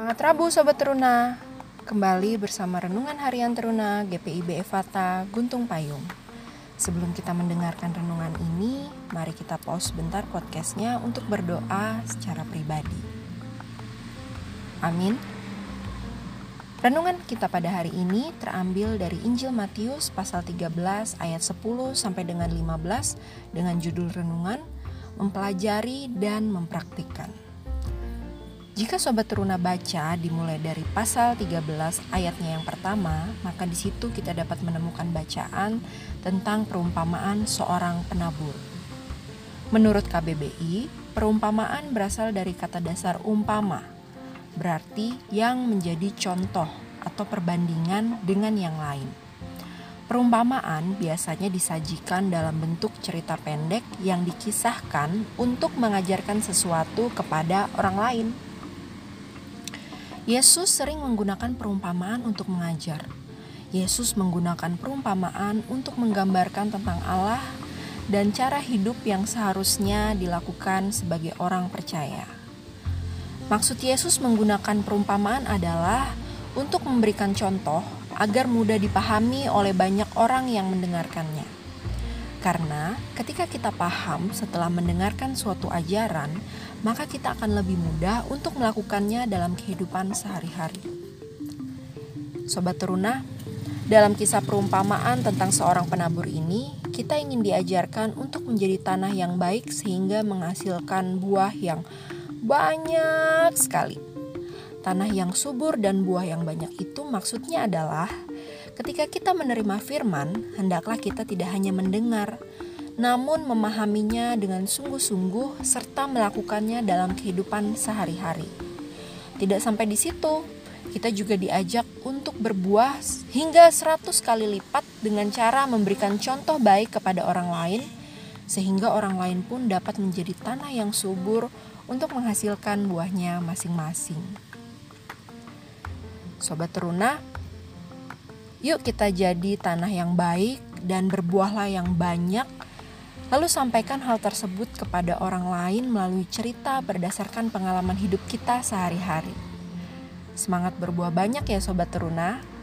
Semangat Rabu Sobat Teruna. Kembali bersama Renungan Harian Teruna GPIB Efata Guntung Payung. Sebelum kita mendengarkan renungan ini, mari kita pause sebentar podcastnya untuk berdoa secara pribadi. Amin. Renungan kita pada hari ini terambil dari Injil Matius pasal 13 ayat 10 sampai dengan 15 dengan judul renungan Mempelajari dan Mempraktikkan. Jika Sobat Teruna baca dimulai dari pasal 13 ayatnya yang pertama, maka di situ kita dapat menemukan bacaan tentang perumpamaan seorang penabur. Menurut KBBI, perumpamaan berasal dari kata dasar umpama, berarti yang menjadi contoh atau perbandingan dengan yang lain. Perumpamaan biasanya disajikan dalam bentuk cerita pendek yang dikisahkan untuk mengajarkan sesuatu kepada orang lain. Yesus sering menggunakan perumpamaan untuk mengajar. Yesus menggunakan perumpamaan untuk menggambarkan tentang Allah dan cara hidup yang seharusnya dilakukan sebagai orang percaya. Maksud Yesus menggunakan perumpamaan adalah untuk memberikan contoh agar mudah dipahami oleh banyak orang yang mendengarkannya. Karena ketika kita paham setelah mendengarkan suatu ajaran, maka kita akan lebih mudah untuk melakukannya dalam kehidupan sehari-hari. Sobat Teruna, dalam kisah perumpamaan tentang seorang penabur ini, kita ingin diajarkan untuk menjadi tanah yang baik sehingga menghasilkan buah yang banyak sekali. Tanah yang subur dan buah yang banyak itu maksudnya adalah ketika kita menerima firman, hendaklah kita tidak hanya mendengar, namun memahaminya dengan sungguh-sungguh serta melakukannya dalam kehidupan sehari-hari. Tidak sampai di situ, kita juga diajak untuk berbuah hingga 100 kali lipat dengan cara memberikan contoh baik kepada orang lain, sehingga orang lain pun dapat menjadi tanah yang subur untuk menghasilkan buahnya masing-masing. Sobat Teruna, yuk kita jadi tanah yang baik dan berbuahlah yang banyak. Lalu sampaikan hal tersebut kepada orang lain melalui cerita berdasarkan pengalaman hidup kita sehari-hari. Semangat berbuah banyak ya Sobat Teruna.